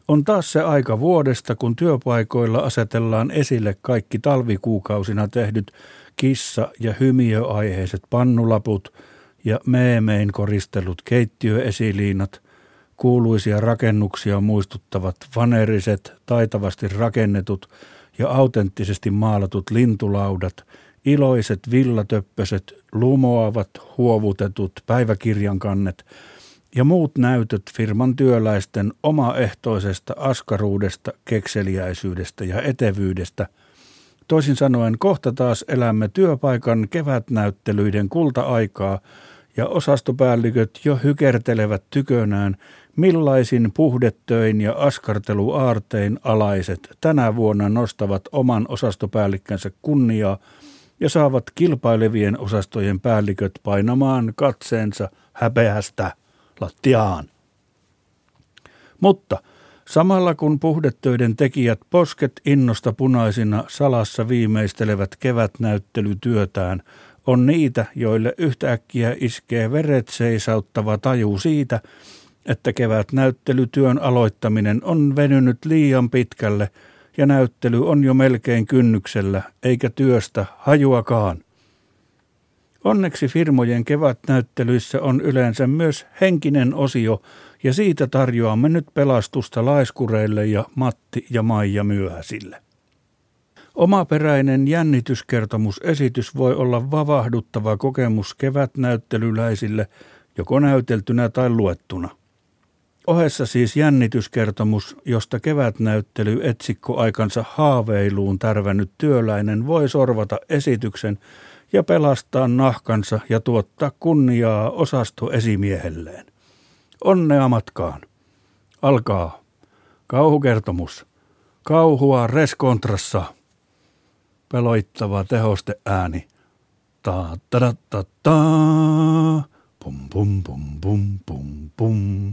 On taas se aika vuodesta, kun työpaikoilla asetellaan esille kaikki talvikuukausina tehdyt kissa- ja hymiöaiheiset pannulaput ja meemein koristellut keittiöesiliinat, kuuluisia rakennuksia muistuttavat vaneriset, taitavasti rakennetut ja autenttisesti maalatut lintulaudat, iloiset villatöppöset, lumoavat, huovutetut päiväkirjankannet ja muut näytöt firman työläisten omaehtoisesta askaruudesta, kekseliäisyydestä ja etevyydestä. Toisin sanoen kohta taas elämme työpaikan kevätnäyttelyiden kulta-aikaa ja osastopäälliköt jo hykertelevät tykönään, millaisin puhdetöin ja askarteluaartein alaiset tänä vuonna nostavat oman osastopäällikkänsä kunniaa ja saavat kilpailevien osastojen päälliköt painamaan katseensa häpeästä lattiaan. Mutta samalla kun puhdetöiden tekijät posket innosta punaisina salassa viimeistelevät kevätnäyttelytyötään, on niitä, joille yhtäkkiä iskee veret seisauttava taju siitä, että kevätnäyttelytyön aloittaminen on venynyt liian pitkälle ja näyttely on jo melkein kynnyksellä, eikä työstä hajuakaan. Onneksi firmojen kevätnäyttelyissä on yleensä myös henkinen osio, ja siitä tarjoamme nyt pelastusta laiskureille ja Matti ja Maija myöhäisille. Omaperäinen jännityskertomusesitys voi olla vavahduttava kokemus kevätnäyttelyläisille, joko näyteltynä tai luettuna. Ohessa siis jännityskertomus, josta kevätnäyttely etsikkoaikansa haaveiluun tärvännyt työläinen voi sorvata esityksen ja pelastaa nahkansa ja tuottaa kunniaa osastoesimiehelleen. Onnea matkaan. Alkaa. Kauhukertomus. Kauhua reskontrassa. Peloittava tehosteääni. Ta-ta-ta-ta-ta. Pum pum pum pum pum pum.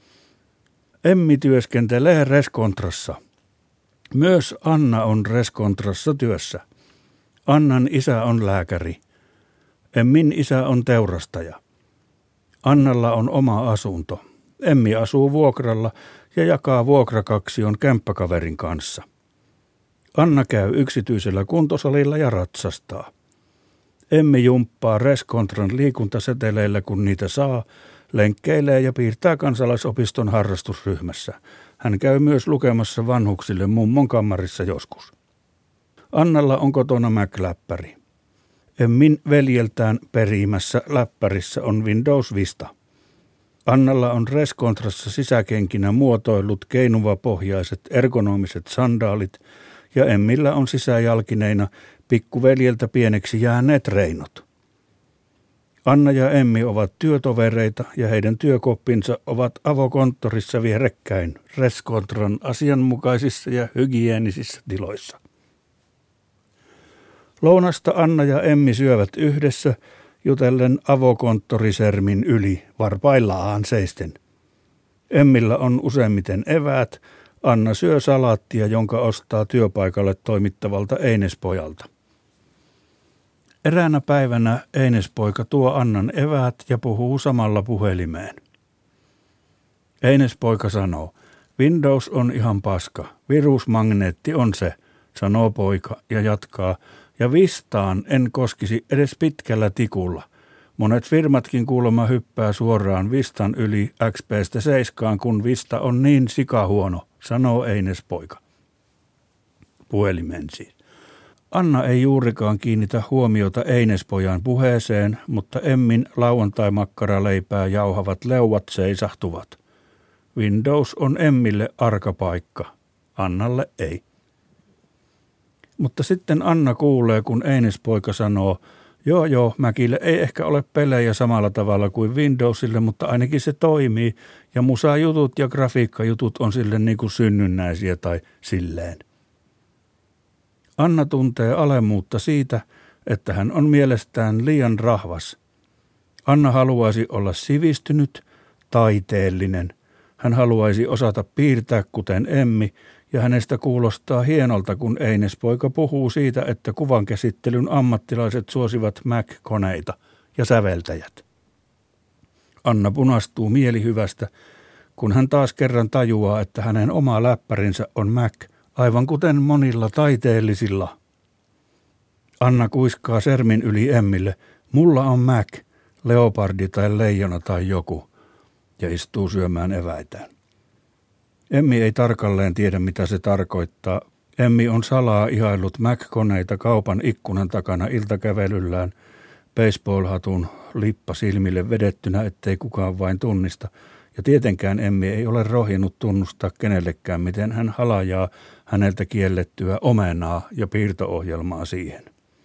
Emmi työskentelee reskontrassa. Myös Anna on reskontrassa työssä. Annan isä on lääkäri. Emmin isä on teurastaja. Annalla on oma asunto. Emmi asuu vuokralla ja jakaa vuokrakaksion kämppäkaverin kanssa. Anna käy yksityisellä kuntosalilla ja ratsastaa. Emmi jumppaa reskontran liikuntaseteleillä, kun niitä saa, lenkkeilee ja piirtää kansalaisopiston harrastusryhmässä. Hän käy myös lukemassa vanhuksille mummon kammarissa joskus. Annalla on kotona Mac-läppäri. Emmin veljeltään perimässä läppärissä on Windows Vista. Annalla on reskontrassa sisäkenkinä muotoillut keinuvapohjaiset ergonomiset sandaalit ja Emmillä on sisäjalkineina pikkuveljeltä pieneksi jääneet reinot. Anna ja Emmi ovat työtovereita ja heidän työkoppinsa ovat avokonttorissa vierekkäin reskontran asianmukaisissa ja hygieenisissä tiloissa. Lounasta Anna ja Emmi syövät yhdessä, jutellen avokonttorisermin yli varpaillaan seisten. Emmillä on useimmiten eväät, Anna syö salaattia, jonka ostaa työpaikalle toimittavalta Einespojalta. Eräänä päivänä Einespoika tuo Annan eväät ja puhuu samalla puhelimeen. Einespoika sanoo, Windows on ihan paska, virusmagneetti on se, sanoo poika ja jatkaa, ja Vistaan en koskisi edes pitkällä tikulla. Monet firmatkin kuulemma hyppää suoraan Vistan yli XP:stä 7, kun Vista on niin sikahuono, sanoo Einespoika. Puhelimen siis. Anna ei juurikaan kiinnitä huomiota Einespojan puheeseen, mutta Emmin lauantai-makkaraleipää jauhavat leuat seisahtuvat. Windows on Emmille arka paikka, Annalle ei. Mutta sitten Anna kuulee, kun Einespoika sanoo, joo, Mäkille ei ehkä ole pelejä samalla tavalla kuin Windowsille, mutta ainakin se toimii, ja musajutut ja grafiikkajutut on sille niin kuin synnynnäisiä tai silleen. Anna tuntee alemmuutta siitä, että hän on mielestään liian rahvas. Anna haluaisi olla sivistynyt, taiteellinen. Hän haluaisi osata piirtää kuten Emmi, ja hänestä kuulostaa hienolta, kun Einespoika puhuu siitä, että kuvankäsittelyn ammattilaiset suosivat Mac-koneita ja säveltäjät. Anna punastuu mielihyvästä, kun hän taas kerran tajuaa, että hänen oma läppärinsä on Mac, aivan kuten monilla taiteellisilla. Anna kuiskaa sermin yli Emmille, mulla on Mac, leopardi tai leijona tai joku, ja istuu syömään eväitään. Emmi ei tarkalleen tiedä, mitä se tarkoittaa. Emmi on salaa ihaillut Mac-koneita kaupan ikkunan takana iltakävelyllään, baseball-hatun lippa silmille vedettynä, ettei kukaan vain tunnista. Ja tietenkään Emmi ei ole rohjennut tunnustaa kenellekään, miten hän halajaa häneltä kiellettyä omenaa ja piirto-ohjelmaa siihen.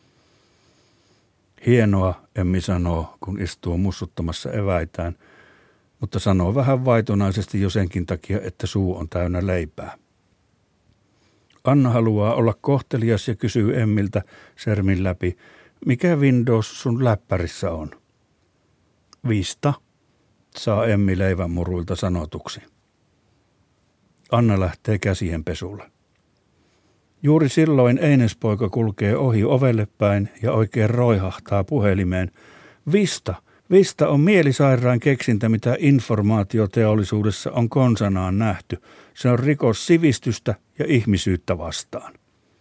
Hienoa, Emmi sanoo, kun istuu mussuttamassa eväitään, mutta sanoo vähän vaitonaisesti jo senkin takia, että suu on täynnä leipää. Anna haluaa olla kohtelias ja kysyy Emmiltä sermin läpi, mikä Windows sun läppärissä on. Vista, saa Emmi leivänmuruilta sanotuksi. Anna lähtee käsien pesulle. Juuri silloin Einespoika kulkee ohi ovelle päin ja oikein roihahtaa puhelimeen. Vista on mielisairaan keksintä, mitä informaatioteollisuudessa on konsanaan nähty. Se on rikos sivistystä ja ihmisyyttä vastaan.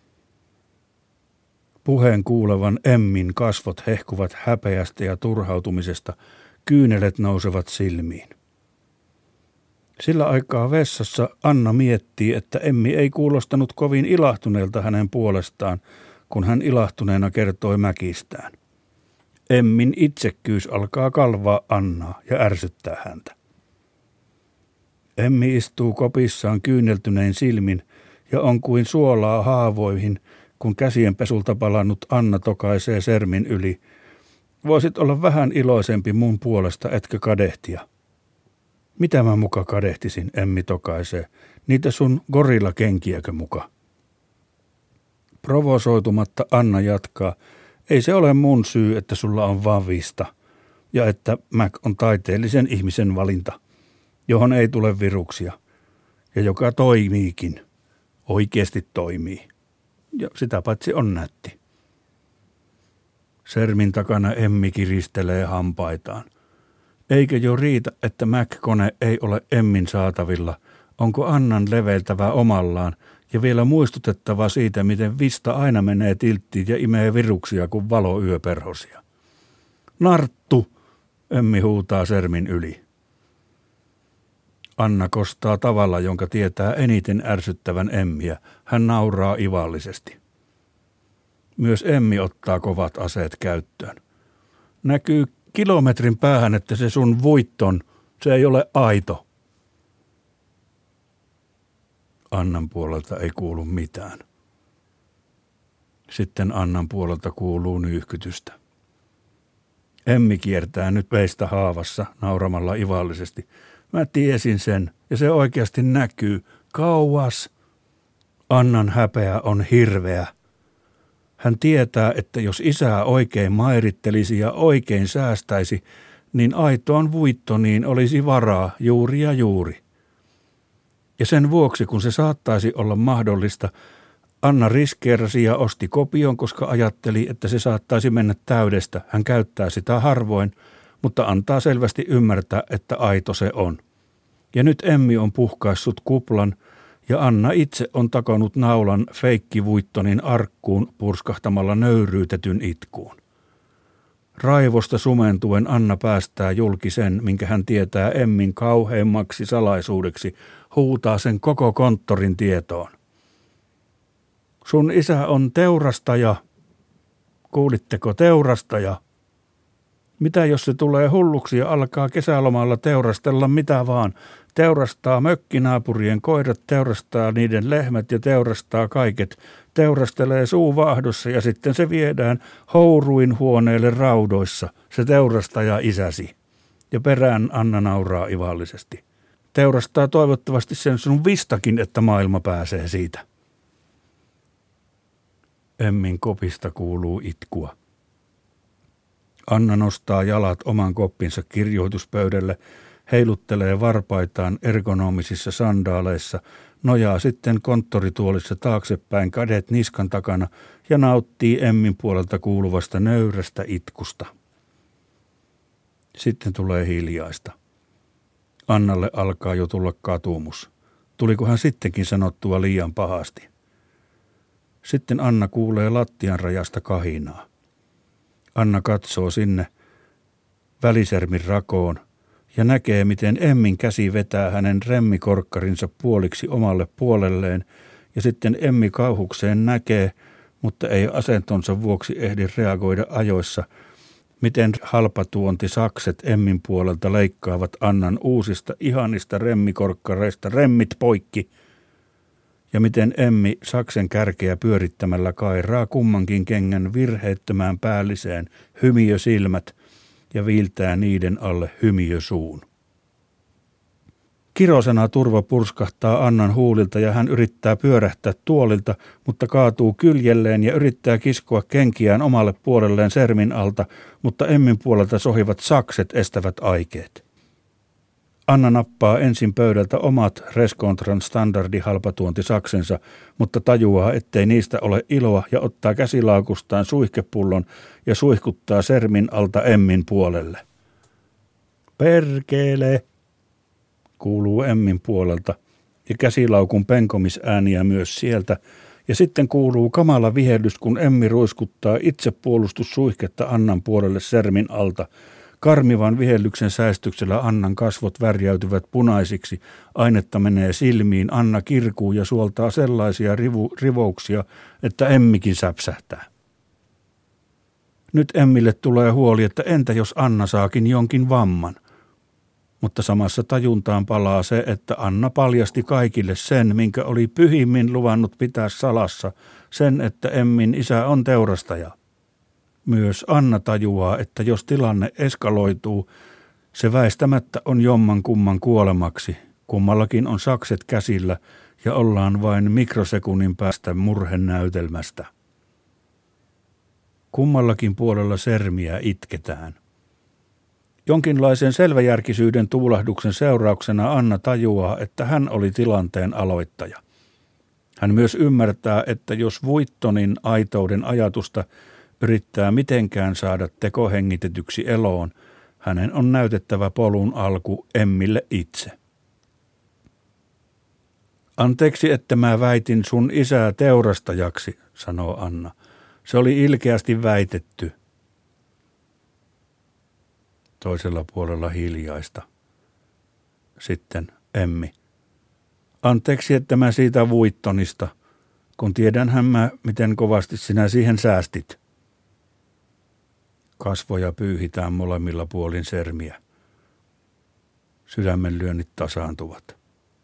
Puheen kuulevan Emmin kasvot hehkuvat häpeästä ja turhautumisesta. Kyynelet nousevat silmiin. Sillä aikaa vessassa Anna miettii, että Emmi ei kuulostanut kovin ilahtuneelta hänen puolestaan, kun hän ilahtuneena kertoi Mäkistään. Emmin itsekkyys alkaa kalvaa Annaa ja ärsyttää häntä. Emmi istuu kopissaan kyyneltynein silmin ja on kuin suolaa haavoihin, kun käsienpesulta palannut Anna tokaisee sermin yli. Voisit olla vähän iloisempi mun puolesta, etkö kadehtia? Mitä mä muka kadehtisin, Emmi tokaisee. Niitä sun gorillakenkiäkö muka? Provosoitumatta Anna jatkaa. Ei se ole mun syy, että sulla on vaan Vista ja että Mac on taiteellisen ihmisen valinta, johon ei tule viruksia ja joka toimiikin, oikeasti toimii. Ja sitä paitsi on nätti. Sermin takana Emmi kiristelee hampaitaan. Eikö jo riitä, että Mac-kone ei ole Emmin saatavilla? Onko Annan leveiltävä omallaan ja vielä muistutettava siitä, miten Vista aina menee tilttiin ja imee viruksia kuin valo-yöperhosia? Narttu, Emmi huutaa sermin yli. Anna kostaa tavalla, jonka tietää eniten ärsyttävän Emmiä. Hän nauraa ivallisesti. Myös Emmi ottaa kovat aseet käyttöön. Näkyy kilometrin päähän, että se sun vuitton, se ei ole aito. Annan puolelta ei kuulu mitään. Sitten Annan puolelta kuuluu nyyhkytystä. Emmi kiertää nyt veistä haavassa nauramalla ivallisesti. Mä tiesin sen, ja se oikeasti näkyy. Kauas. Annan häpeä on hirveä. Hän tietää, että jos isää oikein mairittelisi ja oikein säästäisi, niin aitoon vuittoniin olisi varaa juuri ja juuri. Ja sen vuoksi, kun se saattaisi olla mahdollista, Anna riskeerasi ja osti kopion, koska ajatteli, että se saattaisi mennä täydestä. Hän käyttää sitä harvoin, mutta antaa selvästi ymmärtää, että aito se on. Ja nyt Emmi on puhkaissut kuplan, ja Anna itse on takonut naulan feikkivuittonin arkkuun purskahtamalla nöyryytetyn itkuun. Raivosta sumentuen Anna päästää julki sen, minkä hän tietää Emmin kauheimmaksi salaisuudeksi, huutaa sen koko konttorin tietoon. Sun isä on teurastaja. Kuulitteko, teurastaja? Mitä jos se tulee hulluksi ja alkaa kesälomalla teurastella mitä vaan? Teurastaa mökkinaapurien koirat, teurastaa niiden lehmät ja teurastaa kaiket. Teurastelee suuvaahdossa ja sitten se viedään houruin huoneelle raudoissa, se teurastaja isäsi. Ja perään Anna nauraa ivallisesti. Teurastaa toivottavasti sen sun Vistakin, että maailma pääsee siitä. Emmin kopista kuuluu itkua. Anna nostaa jalat oman koppinsa kirjoituspöydälle, heiluttelee varpaitaan ergonomisissa sandaaleissa, nojaa sitten konttorituolissa taaksepäin kädet niskan takana ja nauttii Emmin puolelta kuuluvasta nöyrästä itkusta. Sitten tulee hiljaista. Annalle alkaa jo tulla katumus. Tulikohan sittenkin sanottua liian pahasti? Sitten Anna kuulee lattian rajasta kahinaa. Anna katsoo sinne välisermin rakoon ja näkee, miten Emmin käsi vetää hänen remmikorkkarinsa puoliksi omalle puolelleen ja sitten Emmi kauhukseen näkee, mutta ei asentonsa vuoksi ehdi reagoida ajoissa, miten halpatuontisakset Emmin puolelta leikkaavat Annan uusista ihanista remmikorkkareista remmit poikki ja miten Emmi saksen kärkeä pyörittämällä kairaa kummankin kengän virheettömään päälliseen hymiösilmät ja viiltää niiden alle hymiösuun. Kirosana turva purskahtaa Annan huulilta ja hän yrittää pyörähtää tuolilta, mutta kaatuu kyljelleen ja yrittää kiskoa kenkiään omalle puolelleen sermin alta, mutta Emmin puolelta sohivat sakset estävät aikeet. Anna nappaa ensin pöydältä omat Reskontran standardihalpatuontisaksensa, mutta tajuaa, ettei niistä ole iloa ja ottaa käsilaukustaan suihkepullon ja suihkuttaa sermin alta Emmin puolelle. Perkele! Kuuluu Emmin puolelta ja käsilaukun penkomisääniä myös sieltä, ja sitten kuuluu kamala vihellys, kun Emmi ruiskuttaa itsepuolustussuihketta Annan puolelle sermin alta. Karmivan vihellyksen säestyksellä Annan kasvot värjäytyvät punaisiksi, ainetta menee silmiin, Anna kirkuu ja suoltaa sellaisia rivouksia, että Emmikin säpsähtää. Nyt Emmille tulee huoli, että entä jos Anna saakin jonkin vamman? Mutta samassa tajuntaan palaa se, että Anna paljasti kaikille sen, minkä oli pyhimmin luvannut pitää salassa, sen, että Emmin isä on teurastaja. Myös Anna tajuaa, että jos tilanne eskaloituu, se väistämättä on jomman kumman kuolemaksi. Kummallakin on sakset käsillä ja ollaan vain mikrosekunnin päästä murhenäytelmästä. Kummallakin puolella sermiä itketään. Jonkinlaisen selväjärkisyyden tuulahduksen seurauksena Anna tajuaa, että hän oli tilanteen aloittaja. Hän myös ymmärtää, että jos Vuittonin aitouden ajatusta yrittää mitenkään saada tekohengitetyksi eloon, hänen on näytettävä polun alku Emmille itse. Anteeksi, että mä väitin sun isää teurastajaksi, sanoo Anna. Se oli ilkeästi väitetty. Toisella puolella hiljaista. Sitten Emmi. Anteeksi, että mä siitä Vuittonista, kun tiedänhän mä, miten kovasti sinä siihen säästit. Kasvoja pyyhitään molemmilla puolin sermiä. Sydämenlyönnit tasaantuvat.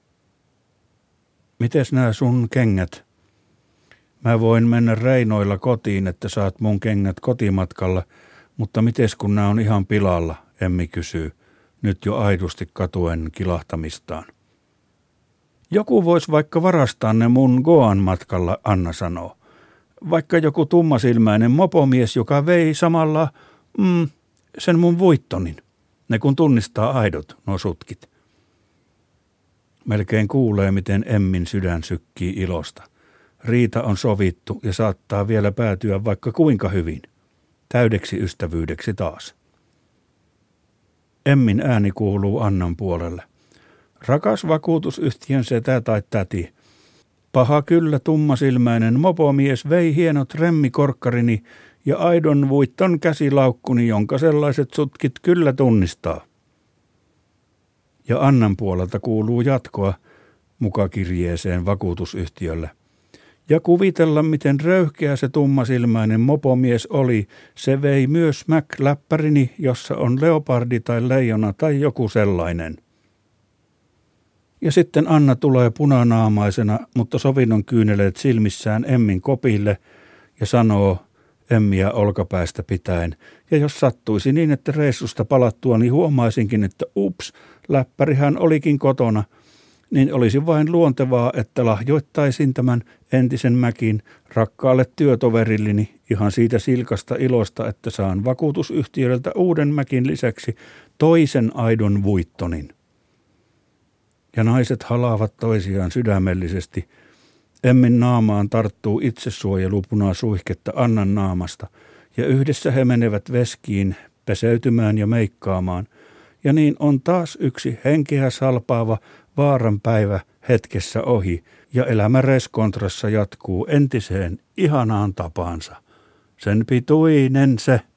Mites nää sun kengät? Mä voin mennä Reinoilla kotiin, että saat mun kengät kotimatkalla, mutta mites kun nää on ihan pilalla, Emmi kysyy, nyt jo aidosti katuen kilahtamistaan. Joku vois vaikka varastaa ne mun Goan matkalla, Anna sanoo. Vaikka joku tummasilmäinen mopomies, joka vei samalla sen mun Vuittonin. Ne kun tunnistaa aidot, nuo sutkit. Melkein kuulee, miten Emmin sydän sykkii ilosta. Riita on sovittu ja saattaa vielä päätyä vaikka kuinka hyvin. Täydeksi ystävyydeksi taas. Emmin ääni kuuluu Annan puolelle. Rakas vakuutusyhtiön setä tai täti. Paha kyllä tummasilmäinen mopomies vei hienot remmikorkkarini ja aidon Vuitton käsilaukkuni, jonka sellaiset sutkit kyllä tunnistaa. Ja Annan puolelta kuuluu jatkoa mukakirjeeseen vakuutusyhtiölle. Ja kuvitella, miten röyhkeä se tummasilmäinen mopomies oli, se vei myös Mac-läppärini, jossa on leopardi tai leijona tai joku sellainen. Ja sitten Anna tulee punanaamaisena, mutta sovinnon kyyneleet silmissään Emmin kopille ja sanoo Emmiä olkapäästä pitäen. Ja jos sattuisi niin, että reissusta palattua, niin huomaisinkin, että ups, läppärihän olikin kotona, niin olisi vain luontevaa, että lahjoittaisin tämän entisen mäkin rakkaalle työtoverilleni ihan siitä silkasta ilosta, että saan vakuutusyhtiöltä uuden mäkin lisäksi toisen aidon Vuittonin. Ja naiset halaavat toisiaan sydämellisesti. Emmin naamaan tarttuu itsesuojelupunaa suihketta Annan naamasta, ja yhdessä he menevät veskiin peseytymään ja meikkaamaan, Ja niin on taas yksi henkeä salpaava vaaran päivä hetkessä ohi ja elämä reskontrassa jatkuu entiseen ihanaan tapaansa. Sen pituinen se.